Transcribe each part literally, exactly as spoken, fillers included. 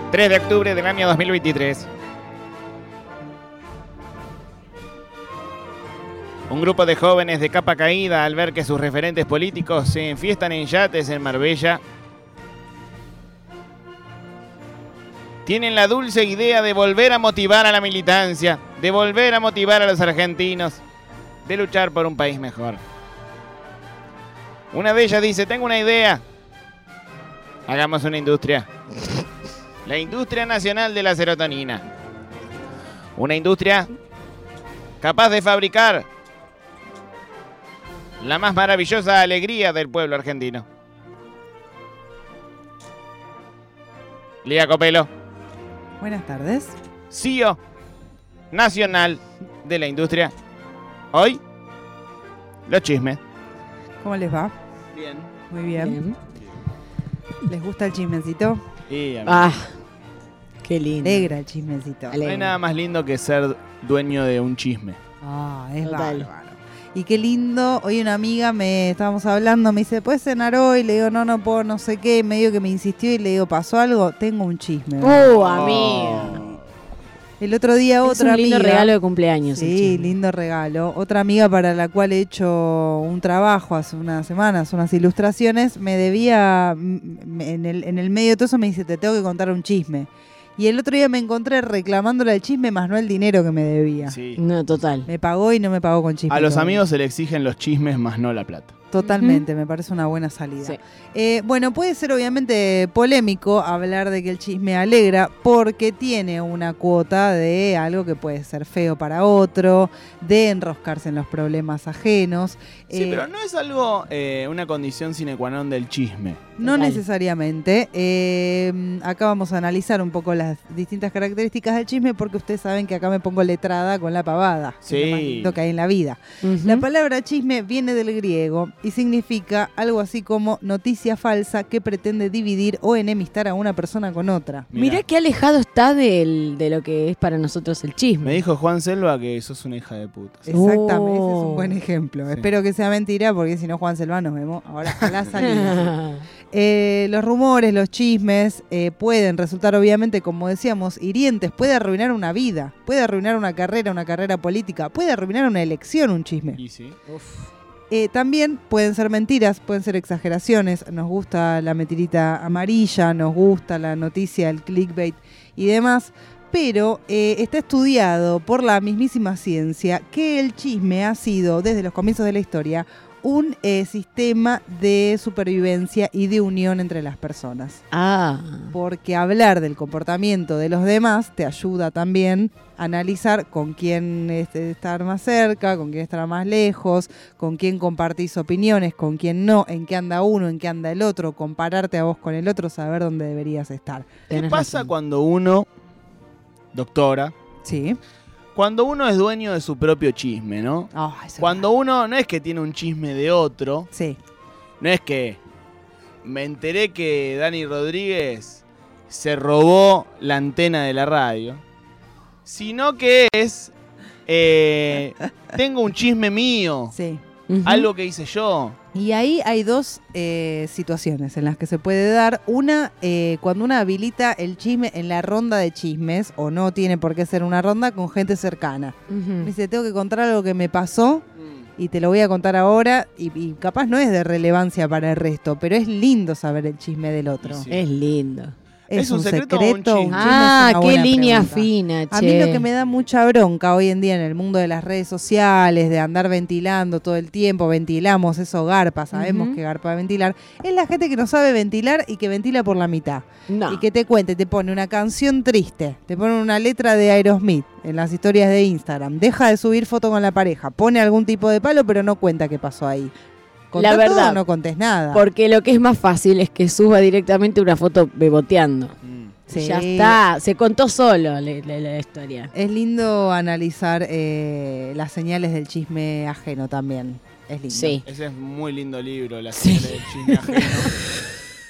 tres de octubre del año dos mil veintitrés. Un grupo de jóvenes de capa caída al ver que sus referentes políticos se enfiestan en yates en Marbella, tienen la dulce idea de volver a motivar a la militancia, de volver a motivar a los argentinos, de luchar por un país mejor. Una de ellas dice, tengo una idea, hagamos una industria. La industria nacional de la serotonina. Una industria capaz de fabricar la más maravillosa alegría del pueblo argentino. Lía Copelo. Buenas tardes. C E O nacional de la industria. Hoy, los chismes. ¿Cómo les va? Bien. Muy bien. bien. ¿Les gusta el chismecito? Sí, a mí. Ah, qué lindo. Alegra el chismecito. No hay nada más lindo que ser dueño de un chisme. Ah, es Total. bárbaro. Y qué lindo, hoy una amiga me estábamos hablando, me dice, ¿puedes cenar hoy? Le digo, no, no puedo, no sé qué, medio que me insistió y le digo, ¿pasó algo? Tengo un chisme. ¡Uh, amiga! El otro día es otra un lindo amiga, regalo de cumpleaños. Sí, lindo regalo. Otra amiga para la cual he hecho un trabajo hace unas semanas, unas ilustraciones, me debía, en el, en el medio de todo eso me dice, te tengo que contar un chisme. Y el otro día me encontré reclamándole el chisme más no el dinero que me debía. Sí. No, total. Me pagó y no me pagó con chisme. A los todavía. amigos se le exigen los chismes más no la plata. Totalmente, uh-huh. Me parece una buena salida. Sí. Eh, bueno, puede ser obviamente polémico hablar de que el chisme alegra porque tiene una cuota de algo que puede ser feo para otro, de enroscarse en los problemas ajenos. Sí, eh, pero no es algo, eh, una condición sine qua non del chisme. No Total. necesariamente. Eh, acá vamos a analizar un poco las distintas características del chisme porque ustedes saben que acá me pongo letrada con la pavada. Sí. Es lo más lindo que hay en la vida. Uh-huh. La palabra chisme viene del griego y significa algo así como noticia falsa que pretende dividir o enemistar a una persona con otra. Mirá, Mirá qué alejado está del, de lo que es para nosotros el chisme. Me dijo Juan Selva que sos una hija de puta. Exactamente, Oh. ese es un buen ejemplo. Sí. Espero que sea mentira porque si no, Juan Selva, nos vemos ahora a la salida. Eh, los rumores, los chismes eh, pueden resultar obviamente, como decíamos, hirientes, puede arruinar una vida, puede arruinar una carrera, una carrera política, puede arruinar una elección, un chisme. Y sí. Uf. Eh, también pueden ser mentiras, pueden ser exageraciones, nos gusta la mentirita amarilla, nos gusta la noticia, el clickbait y demás, pero eh, está estudiado por la mismísima ciencia que el chisme ha sido, desde los comienzos de la historia, un eh, sistema de supervivencia y de unión entre las personas. Ah. Porque hablar del comportamiento de los demás te ayuda también a analizar con quién este, estar más cerca, con quién estar más lejos, con quién compartís opiniones, con quién no, en qué anda uno, en qué anda el otro, compararte a vos con el otro, saber dónde deberías estar. ¿Qué Tenés pasa razón. cuando uno, doctora, Sí. cuando uno es dueño de su propio chisme, ¿no? Oh, eso Cuando uno no es que tiene un chisme de otro, Sí. no es que me enteré que Dani Rodríguez se robó la antena de la radio, sino que es, eh, tengo un chisme mío, Sí. Uh-huh. algo que hice yo. Y ahí hay dos eh, situaciones en las que se puede dar. Una, eh, cuando uno habilita el chisme en la ronda de chismes, o no tiene por qué ser una ronda, con gente cercana. Uh-huh. Me dice, tengo que contar algo que me pasó y te lo voy a contar ahora. Y, y capaz no es de relevancia para el resto, pero es lindo saber el chisme del otro. Sí. Es lindo. ¿Es, ¿Es un un secreto secreto? o un chisme? ¿Un chisme? Ah, Es una qué buena línea pregunta. fina, che. A mí lo que me da mucha bronca hoy en día en el mundo de las redes sociales, de andar ventilando todo el tiempo, ventilamos, eso garpa, sabemos Uh-huh. que garpa ventilar, es la gente que no sabe ventilar y que ventila por la mitad. No. Y que te cuente, te pone una canción triste, te pone una letra de Aerosmith en las historias de Instagram, deja de subir foto con la pareja, pone algún tipo de palo pero no cuenta qué pasó ahí. Contá La verdad, todo o no contés nada. Porque lo que es más fácil es que suba directamente una foto beboteando. Mm. Sí. Ya está, se contó solo la, la- la historia. Es lindo analizar eh, las señales del chisme ajeno también. Es lindo. Sí. Ese es muy lindo libro, La Sí. señal del chisme ajeno.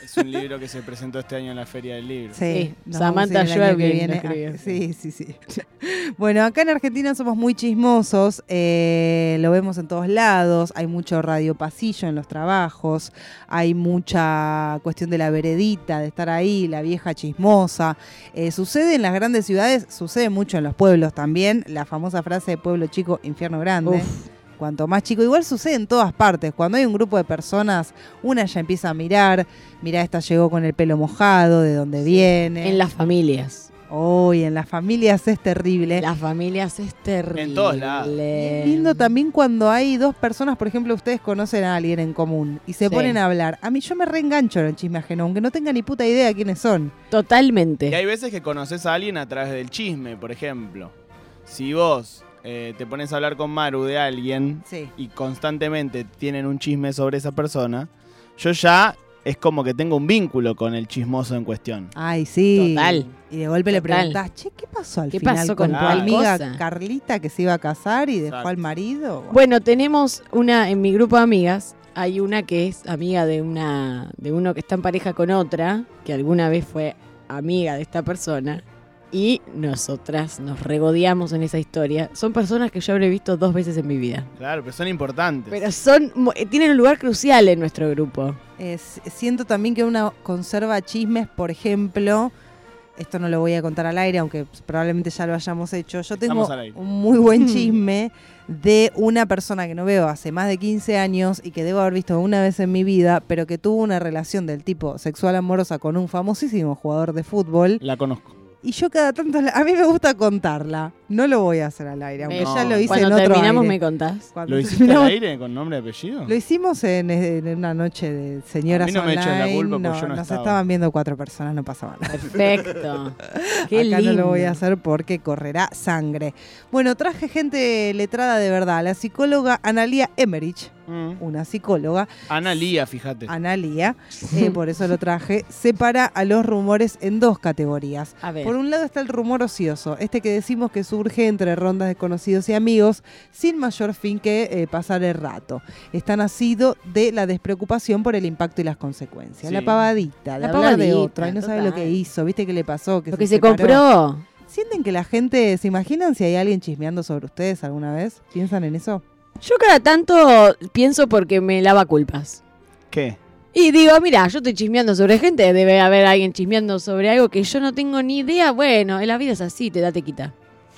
Es un libro que se presentó este año en la Feria del Libro. Sí, Sí, nos Samantha vamos a ir el año que Schweblin viene. lo escribió. Ah, sí, sí, sí. Bueno, acá en Argentina somos muy chismosos, eh, lo vemos en todos lados, hay mucho radio pasillo en los trabajos, hay mucha cuestión de la veredita, de estar ahí, la vieja chismosa. Eh, sucede en las grandes ciudades, sucede mucho en los pueblos también, la famosa frase de pueblo chico, infierno grande. Uf. Cuanto más chico, igual sucede en todas partes. Cuando hay un grupo de personas, una ya empieza a mirar, mirá, esta llegó con el pelo mojado, de dónde viene. En las familias. Uy, en las familias es terrible. Las familias es terrible. En todos lados. Y es lindo también cuando hay dos personas, por ejemplo, ustedes conocen a alguien en común y se Sí. ponen a hablar. A mí yo me reengancho en el chisme ajeno, aunque no tenga ni puta idea quiénes son. Totalmente. Y hay veces que conoces a alguien a través del chisme, por ejemplo. Si vos eh, te pones a hablar con Maru de alguien Sí. y constantemente tienen un chisme sobre esa persona, yo ya es como que tengo un vínculo con el chismoso en cuestión. Ay, sí. Total. Y de golpe le Total. preguntás, che, ¿qué pasó al ¿Qué final pasó con con tu tal amiga cosa? Carlita que se iba a casar y dejó Exacto. al marido? Bueno, tenemos una, en mi grupo de amigas, hay una que es amiga de una, de uno que está en pareja con otra, que alguna vez fue amiga de esta persona, y nosotras nos regodeamos en esa historia. Son personas que yo habré visto dos veces en mi vida. Claro, pero son importantes. Pero son, mo- eh, tienen un lugar crucial en nuestro grupo. Es- siento también que una conserva chismes, por ejemplo, esto no lo voy a contar al aire, aunque probablemente ya lo hayamos hecho. Yo tengo Estamos al aire. un muy buen chisme de una persona que no veo hace más de quince años y que debo haber visto una vez en mi vida, pero que tuvo una relación del tipo sexual amorosa con un famosísimo jugador de fútbol. La conozco. Y yo cada tanto, la- a mí me gusta contarla. No lo voy a hacer al aire, aunque Me- ya lo hice Cuando en otro terminamos aire. me contás. Cuando ¿Lo hiciste al terminamos- aire con nombre y apellido? Lo hicimos en, en una noche de señoras A mí no me eches la online. culpa porque yo no nos estaba. estaban viendo cuatro personas, no pasaba nada. Perfecto. Qué Acá lindo. no lo voy a hacer porque correrá sangre. Bueno, traje gente letrada de verdad. La psicóloga Analía Emmerich, Mm. una psicóloga, Ana Lía, fíjate. Analía, eh, por eso lo traje, separa a los rumores en dos categorías. A ver. Por un lado está el rumor ocioso, este que decimos que surge entre rondas de conocidos y amigos sin mayor fin que eh, pasar el rato. Está nacido de la despreocupación por el impacto y las consecuencias. Sí. La pavadita, de La hablar de pavadita, otro, y no sabe lo total. que hizo, viste qué le pasó, que Lo que se se separó. compró. ¿Sienten que la gente, se imaginan si hay alguien chismeando sobre ustedes alguna vez? ¿Piensan en eso? Yo cada tanto pienso porque me lava culpas. ¿Qué? Y digo, mira, yo estoy chismeando sobre gente, debe haber alguien chismeando sobre algo que yo no tengo ni idea. Bueno, en la vida es así, te da, te quita.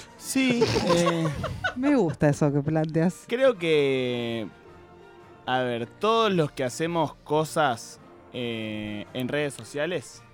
Sí, eh, Me gusta eso que planteas. creo que... A ver, todos los que hacemos cosas eh, en redes sociales,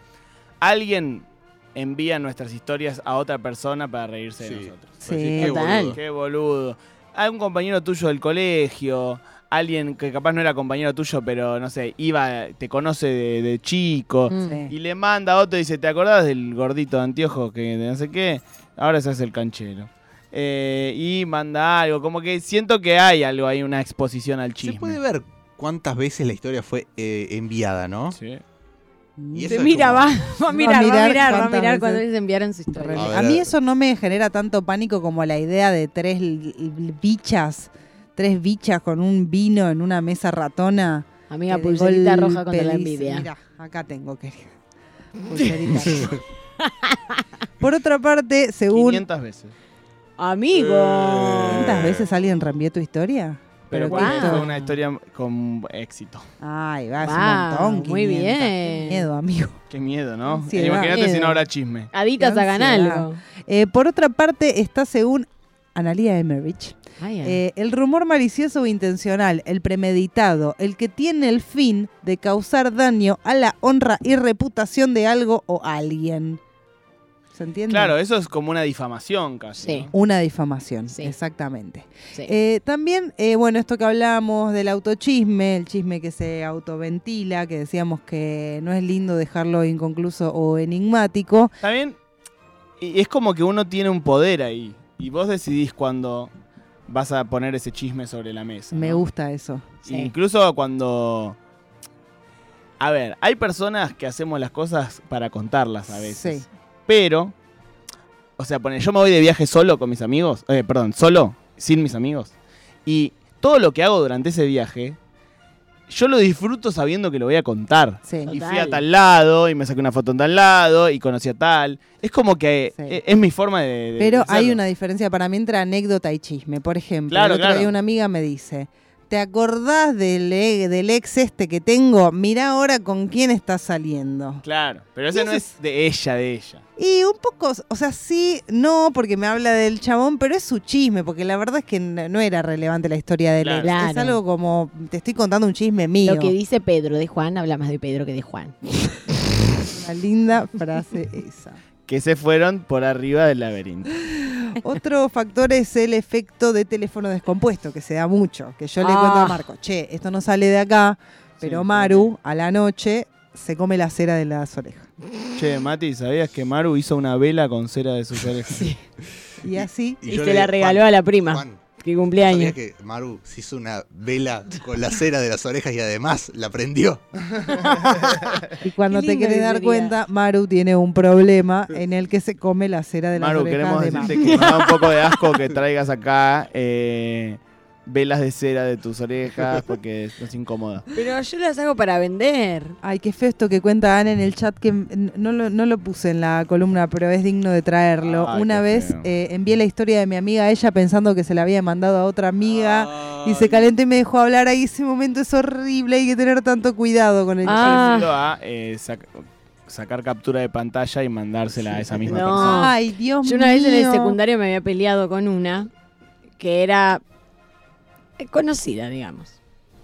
alguien envía nuestras historias a otra persona para reírse Sí. de nosotros. Sí, Decís, qué total. boludo, qué boludo. Hay un compañero tuyo del colegio, alguien que capaz no era compañero tuyo, pero no sé, iba, te conoce de, de chico, Mm. Sí. y le manda a otro y dice, ¿te acordás del gordito de anteojos que de no sé qué? Ahora se hace el canchero. Eh, y manda algo, como que siento que hay algo, hay una exposición al chisme. Se puede ver cuántas veces la historia fue eh, enviada, ¿no? Sí. Y Te eso es mira, como- va, va a mirar, va a mirar mirar, va a cuántas mirar veces. cuando les enviaron su historia. A A, ver. mí eso no me genera tanto pánico como la idea de tres l- l- bichas, tres bichas con un vino en una mesa ratona. Amiga, que de pulserita golpe roja contra la dice, envidia. Mirá, acá tengo, querida. Pulserita roja. Por otra parte, según... quinientas veces. Amigo. ¿Cuántas veces alguien reenvió tu historia? Pero qué porque wow. fue una historia con éxito. Ay, va, es Wow, un montón. muy quinientas. bien. Qué miedo, amigo. Qué miedo, ¿no? Ansiedad. Imagínate si Miedo. no habrá chisme. Aditas Qué hagan ansiedad. algo. Eh, por otra parte, está según Analía Emmerich, Ay, ay. eh, el rumor malicioso o intencional, el premeditado, el que tiene el fin de causar daño a la honra y reputación de algo o alguien. ¿Se entiende? Claro, eso es como una difamación casi. Sí. ¿no? Una difamación, Sí. exactamente. Sí. Eh, también, eh, bueno, esto que hablábamos del autochisme, el chisme que se autoventila, que decíamos que no es lindo dejarlo inconcluso o enigmático. También y es como que uno tiene un poder ahí. Y vos decidís cuándo vas a poner ese chisme sobre la mesa. Me ¿no? gusta eso. Sí. Incluso cuando... A ver, hay personas que hacemos las cosas para contarlas a veces. Sí. Pero, o sea, pone, yo me voy de viaje solo con mis amigos, eh, perdón, solo, sin mis amigos. Y todo lo que hago durante ese viaje, yo lo disfruto sabiendo que lo voy a contar. Sí. Y Total. fui a tal lado, y me saqué una foto en tal lado, y conocí a tal. Es como que Sí. es, es mi forma de, de Pero de hay serlo. una diferencia para mí entre anécdota y chisme. Por ejemplo, Claro, el otro claro. día una amiga me dice, ¿te acordás del, e- del ex este que tengo? Mirá ahora con quién estás saliendo. Claro, pero ese Y no eso es de ella, de ella. Y un poco, o sea, sí, no, porque me habla del chabón, pero es su chisme, porque la verdad es que n- no era relevante la historia del ex. Claro. Es algo como, te estoy contando un chisme mío. Lo que dice Pedro de Juan habla más de Pedro que de Juan. Una linda frase esa. Que se fueron por arriba del laberinto. Otro factor es el efecto de teléfono descompuesto, que se da mucho. Que yo le Ah. cuento a Marco, che, esto no sale de acá, pero Sí, Maru, a la noche, se come la cera de las orejas. Che, Mati, ¿sabías que Maru hizo una vela con cera de sus orejas? Sí. Y así, Y yo se le- la regaló Juan, a la prima. Juan, Que cumpleaños. ¿sabías que Maru se hizo una vela con la cera de las orejas y además la prendió? y cuando Qué te lindo querés que dar sería. cuenta, Maru tiene un problema en el que se come la cera de las Maru, orejas queremos de decirte Maru. que nos da un poco de asco que traigas acá eh, velas de cera de tus orejas porque nos incomoda. Pero yo las hago para vender. Ay, qué feo esto que cuenta Ana en el chat, que n- no lo, no lo puse en la columna, pero es digno de traerlo. Ay, Una qué vez feo. eh, envié la historia de mi amiga a ella pensando que se la había mandado a otra amiga y se calentó y me dejó hablar. Ahí ese momento es horrible, hay que tener tanto cuidado con el Ah. chat. Parecido a eh, sac- sacar captura de pantalla y mandársela a esa misma No. persona. Ay, Dios Yo una vez en el mío. secundario me había peleado con una que era eh, conocida, digamos.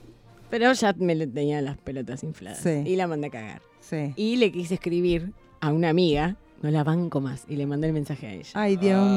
Pero ya me le tenía las pelotas infladas. Sí. Y la mandé a cagar. Sí. Y le quise escribir a una amiga, no la banco más, y le mandé el mensaje a ella. Ay, Dios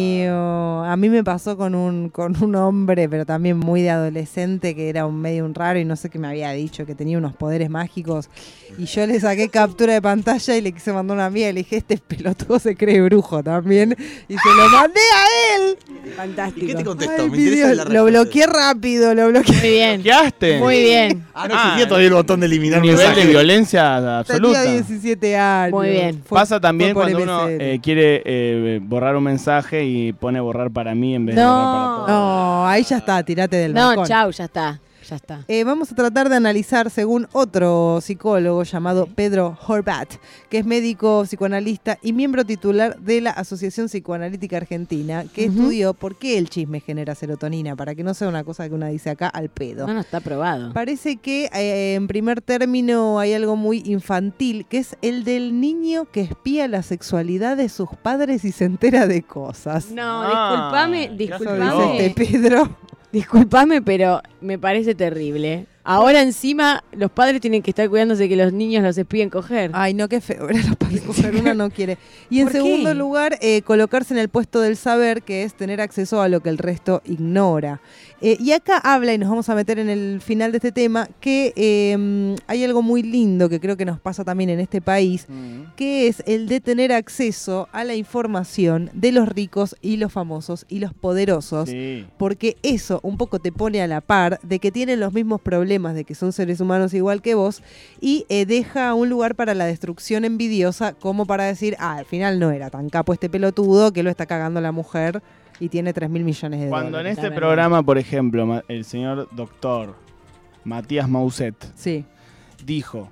mío. A mí me pasó con un, con un hombre, pero también muy de adolescente, que era un medio un raro y no sé qué me había dicho, que tenía unos poderes mágicos. Y yo le saqué captura de pantalla y le quise mandar una amiga y le dije, este pelotudo se cree brujo también. Y se lo mandé a él. Fantástico. ¿Y qué te contestó? Ay, Me mi interesa Dios, la lo respuesta. bloqueé rápido, lo bloqueé. Muy bien. ¿Bloqueaste? Muy bien. Ah, no Ah, existía todavía el botón de eliminar Un nivel de mensajes. violencia absoluta. Tenía diecisiete años. Muy bien. Fue- Pasa también fue por cuando uno M C N. eh, quiere eh, borrar un mensaje y pone borrar para mí en vez de No. borrar para todos. No, ahí ya está, tirate del No, balcón. chau, ya está. Ya está. Eh, vamos a tratar de analizar, según otro psicólogo llamado Pedro Horvat, que es médico psicoanalista y miembro titular de la Asociación Psicoanalítica Argentina, que Ujú. estudió por qué el chisme genera serotonina, para que no sea una cosa que una dice acá al pedo. No, no está probado. Parece que eh, en primer término hay algo muy infantil, que es el del niño que espía la sexualidad de sus padres y se entera de cosas. No, Ah, discúlpame, qué Eso discúlpame. dice este Pedro. Discúlpame, pero me parece terrible. Ahora encima los padres tienen que estar cuidándose que los niños los espíen coger. Ay, no, qué feo. Era los padres coger, uno no quiere. Y en ¿Por qué? segundo lugar, eh, colocarse en el puesto del saber, que es tener acceso a lo que el resto ignora. Eh, y acá habla, y nos vamos a meter en el final de este tema, que eh, hay algo muy lindo que creo que nos pasa también en este país, Mm. que es el de tener acceso a la información de los ricos y los famosos y los poderosos. Sí. Porque eso un poco te pone a la par de que tienen los mismos problemas, de que son seres humanos igual que vos, y eh, deja un lugar para la destrucción envidiosa, como para decir, ah, al final no era tan capo este pelotudo que lo está cagando la mujer y tiene tres mil millones de Cuando en dólares. este La verdad. programa, por ejemplo, ma- el señor doctor Matías Mauset Sí, dijo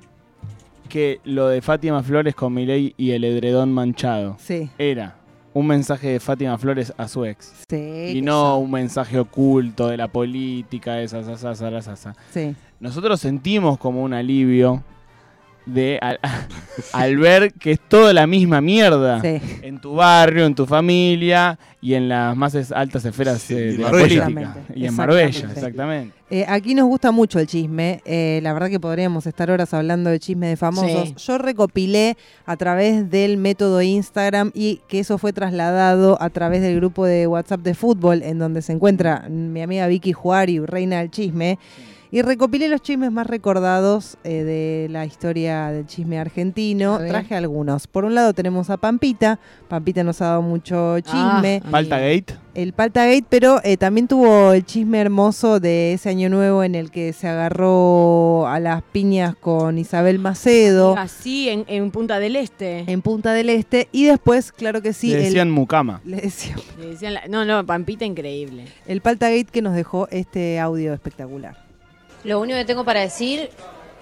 que lo de Fátima Flores con Milei y el edredón manchado sí, era un mensaje de Fátima Flores a su ex. sí. Y que no son- un mensaje oculto de la política, esa, esa, esa, esa, esa, esa. Sí, Nosotros sentimos como un alivio de al, al ver que es toda la misma mierda sí. en tu barrio, en tu familia y en las más es- altas esferas Sí, eh, y de la Marbella. política. Exactamente, Y en Marbella, exactamente. exactamente. Eh, aquí nos gusta mucho el chisme. Eh, la verdad que podríamos estar horas hablando de chisme de famosos. Sí. Yo recopilé a través del método Instagram y que eso fue trasladado a través del grupo de WhatsApp de fútbol, en donde se encuentra mi amiga Vicky Juari, reina del chisme. Y recopilé los chismes más recordados eh, de la historia del chisme argentino. A ver. Traje algunos. Por un lado tenemos a Pampita. Pampita nos ha dado mucho chisme. Ah, Falta amiga. Gate. El Paltagate, pero eh, también tuvo el chisme hermoso de ese año nuevo en el que se agarró a las piñas con Isabel Macedo Así en, en Punta del Este. en Punta del Este. Y después, claro que sí, Le el, decían Mucama. le decía, Le decían la- no, no, Pampita increíble. el Paltagate que nos dejó este audio espectacular. Lo único que tengo para decir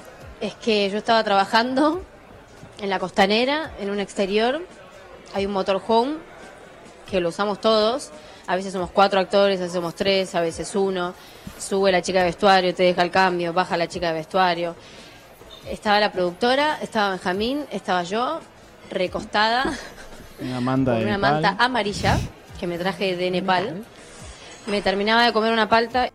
es que yo estaba trabajando en la costanera, en un exterior. Hay un motorhome que lo usamos todos. A veces somos cuatro actores, a veces somos tres, a veces uno. Sube la chica de vestuario, te deja el cambio, baja la chica de vestuario. Estaba la productora, estaba Benjamín, estaba yo, recostada, Una manta con de una Nepal. manta amarilla que me traje de Nepal. Me terminaba de comer una palta.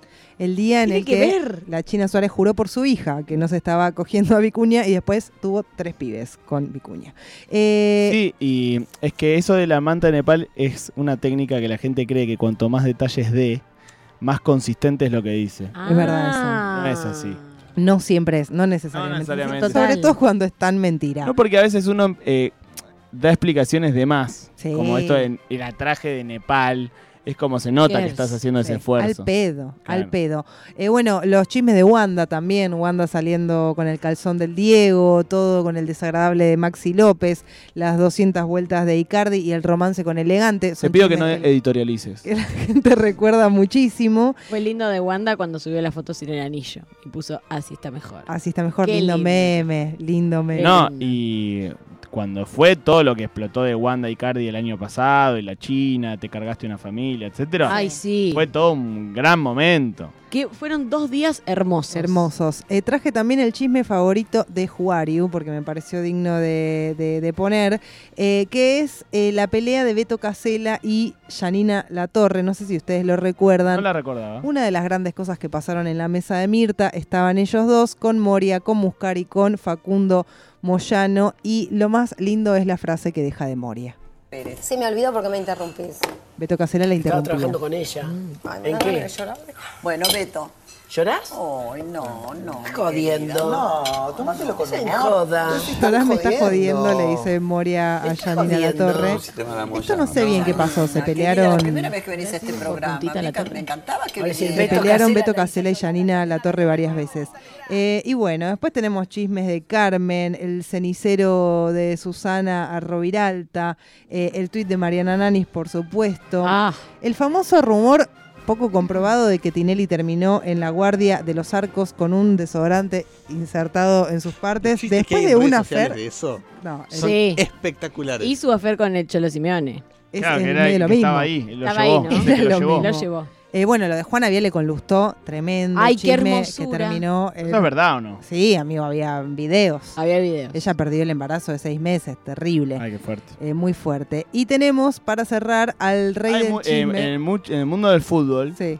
El día en Tiene el que que, ver. la China Suárez juró por su hija, que no se estaba cogiendo a Vicuña, y después tuvo tres pibes con Vicuña. Eh, Sí, y es que eso de la manta de Nepal es una técnica que la gente cree que cuanto más detalles dé, más consistente es lo que dice. Es verdad eso. Ah. No es así. No siempre es, no necesariamente. No necesariamente. Sobre Total. todo cuando están mentira. No, porque a veces uno eh, da explicaciones de más. Sí. Como esto de el atraje de Nepal. Es como se nota que Yes. estás haciendo ese Sí, esfuerzo. Al pedo, Claro. al pedo. Eh, bueno, los chismes de Wanda también. Wanda saliendo con el calzón del Diego, todo con el desagradable de Maxi López, las doscientas vueltas de Icardi y el romance con Elegante. Te Son pido que no chismes editorialices. que la gente recuerda muchísimo. Fue lindo de Wanda cuando subió la foto sin el anillo y puso así está mejor. Así está mejor, Qué lindo lindo. meme, lindo meme. No, lindo. y cuando fue todo lo que explotó de Wanda y Cardi el año pasado, y la China, te cargaste una familia, etcétera, Ay, sí. fue todo un gran momento. Que fueron dos días hermosos. Hermosos. Eh, traje también el chisme favorito de Juariu, porque me pareció digno de, de- de poner, eh, que es eh, la pelea de Beto Casella y Yanina Latorre. No sé si ustedes lo recuerdan. No la recordaba. Una de las grandes cosas que pasaron en la mesa de Mirta, estaban ellos dos, con Moria, con Muscari, con Facundo Moyano, y lo más lindo es la frase que deja de Moria. Se me olvidó porque me interrumpís. Beto Casella la Estaba interrumpió. trabajando con ella. Ay, ¿En no, qué? no, llorar. Bueno, Beto. ¿Llorás? Ay, no, no. Jodiendo. No, tómatelo con Se humor. joda. Ahora me está jodiendo, le dice Moria a Me está Yanina jodiendo. Latorre. Esto no sé bien qué pasó, se No, querida, La pelearon. primera vez que venís a este programa, puntita a mí la que torre. me encantaba que A ver si el Se vinieras. Beto pelearon Casella Beto la Casella y Yanina Latorre varias veces. Eh, y bueno, después tenemos chismes de Carmen, el cenicero de Susana a Roviralta, eh, el tuit de Mariana Nanis, por supuesto. Ah, El famoso rumor poco comprobado de que Tinelli terminó en la guardia de los Arcos con un desodorante insertado en sus partes. ¿Viste que Después hay de redes una sociales fer... de eso? No, es, Son Sí. espectaculares. y su afer con el Cholo Simeone. es Claro, en que era medio el lo que mismo. estaba ahí, lo Estaba llevó, ahí, ¿no? el que Era lo lo llevó. mismo. Lo llevó. Eh, bueno, lo de Juana Viale con Lustó, tremendo Ay, qué chisme hermosura. que terminó. en- ¿Eso es verdad o no? Sí, amigo, había videos. Había videos. Ella perdió el embarazo de seis meses, terrible. Ay, qué fuerte. Eh, muy fuerte. Y tenemos, para cerrar, al rey Hay del mu- en, chisme. en el mu- en el mundo del fútbol, Sí,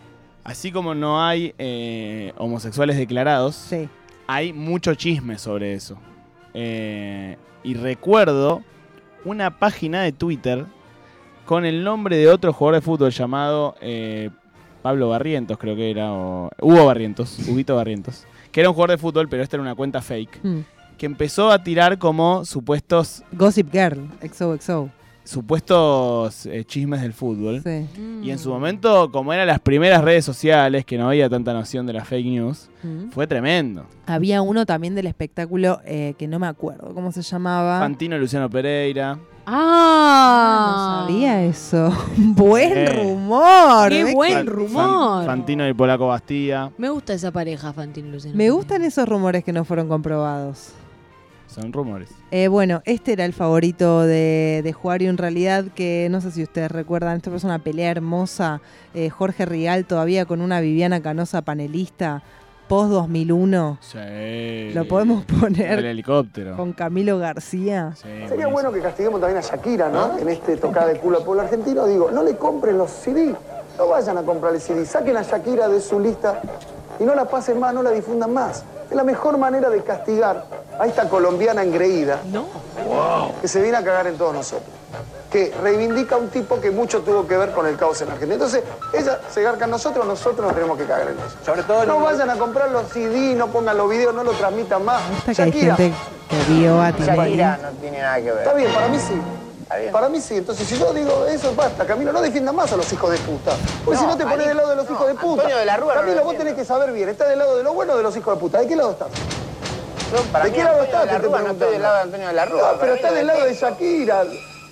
así como no hay eh, homosexuales declarados, sí. hay mucho chisme sobre eso. Eh, y recuerdo una página de Twitter con el nombre de otro jugador de fútbol llamado eh, Pablo Barrientos, creo que era, o Hugo Barrientos, Huguito Barrientos, que era un jugador de fútbol, pero esta era una cuenta fake, Mm. que empezó a tirar como supuestos, Gossip Girl, X O X O. supuestos eh, chismes del fútbol. Sí. Y en su momento, como eran las primeras redes sociales, que no había tanta noción de las fake news, Mm. fue tremendo. Había uno también del espectáculo eh, que no me acuerdo cómo se llamaba. Fantino y Luciano Pereira. Ah, No sabía eso. Buen Eh. rumor. Qué ¿ves? buen Fan- rumor. Fan- Fantino y Polaco Bastía. Me gusta esa pareja, Fantino y Luciano. Me gustan esos rumores que no fueron comprobados. Son rumores. Eh, bueno, este era el favorito de, de Juario en realidad, que no sé si ustedes recuerdan, esto es una pelea hermosa. Eh, Jorge Rial todavía con una Viviana Canosa panelista, post dos mil uno. Sí. Lo podemos El poner helicóptero. con Camilo García. Sí, Sería buenísimo. bueno que castiguemos también a Shakira, ¿no? En este tocada de culo al pueblo argentino. Digo, no le compren los C D. No vayan a comprarle C D. Saquen a Shakira de su lista y no la pasen más, no la difundan más. Es la mejor manera de castigar a esta colombiana engreída No. que se viene a cagar en todos nosotros. Que reivindica a un tipo que mucho tuvo que ver con el caos en Argentina. Entonces, ella se garca en nosotros, nosotros nos tenemos que cagar en eso. Sobre todo no vayan a comprar los C D, no pongan los videos, no lo transmitan más. Me gusta que hay Shakira, gente que vio a Tinelli. no tiene nada que ver. está bien, para mí sí. bien. Para mí sí. Entonces, si yo digo eso, basta. Camilo, no defiendas más a los hijos de puta. Porque No, si no te pones Ali- del lado de los no, hijos de puta. Antonio de la Rúa no Camilo, lo vos defiende. tenés que saber bien. ¿Estás del lado de lo bueno o de los hijos de puta? ¿De qué lado estás? Yo, para ¿De mí, qué lado Antonio estás? de la Te Rúa, estoy no estoy del lado de Antonio de la Rúa. No, pero para mí está lo del lado de defiendo. Shakira.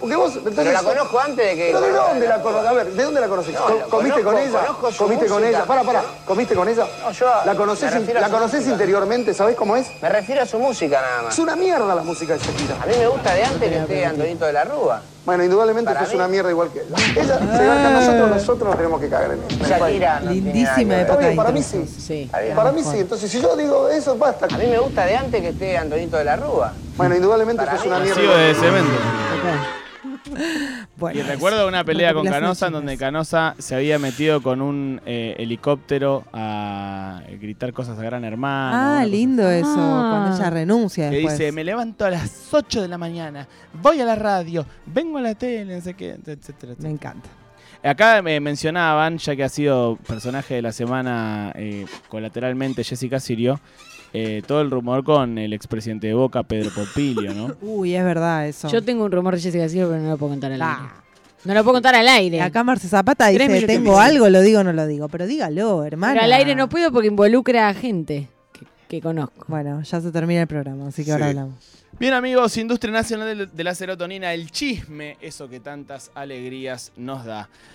Porque vos, entonces, Pero la conozco antes de que... ¿Pero de dónde la conozco? A ver, ¿de dónde la conoces? No, Co- la ¿Comiste conozco, con ella? conozco su ¿Comiste con música. ella? Para, para, ¿comiste con ella? No, yo ¿La conoces, me refiero a la su conoces música. interiormente? ¿Sabés cómo es? Me refiero a su música nada más. Es una mierda la música de Shakira. A mí me gusta de antes que esté Antonito de la Rúa. Bueno, indudablemente Para que es mí. una mierda igual que ella. Ella se garca a nosotros, nosotros nos tenemos que cagar en ella. Shakira no tiene Lindísima nada que ver. Está época bien, de para mí intrusos. sí. Sí. Está bien. Para mí sí. Entonces, si yo digo eso, basta. A mí me gusta de antes que esté Antonito de la Rúa. Bueno, indudablemente que Para es mí. una mierda. Vacío de cemento. Bueno, Y recuerdo una pelea con recopilación Canosa en chinas. donde Canosa se había metido con un eh, helicóptero a gritar cosas a Gran Hermano. una Ah, cosa lindo eso, Ah. cuando ella renuncia Que después. dice, me levanto a las ocho de la mañana, voy a la radio, vengo a la tele, no sé qué, etcétera, etcétera. Me encanta. Acá me mencionaban, ya que ha sido personaje de la semana eh, colateralmente Jessica Sirio, eh, todo el rumor con el expresidente de Boca, Pedro Popilio, ¿no? Uy, es verdad eso. Yo tengo un rumor de Jessica Silva, pero no lo puedo contar al Ah. aire. No lo puedo contar al aire. Acá Marce Zapata Tres dice, minutos y tengo medio. algo, lo digo o no lo digo. Pero dígalo, hermana. Pero al aire no puedo porque involucra a gente que, que conozco. Bueno, ya se termina el programa, así que ahora Sí. hablamos. Bien amigos, Industria Nacional de- de la Serotonina, el chisme, eso que tantas alegrías nos da.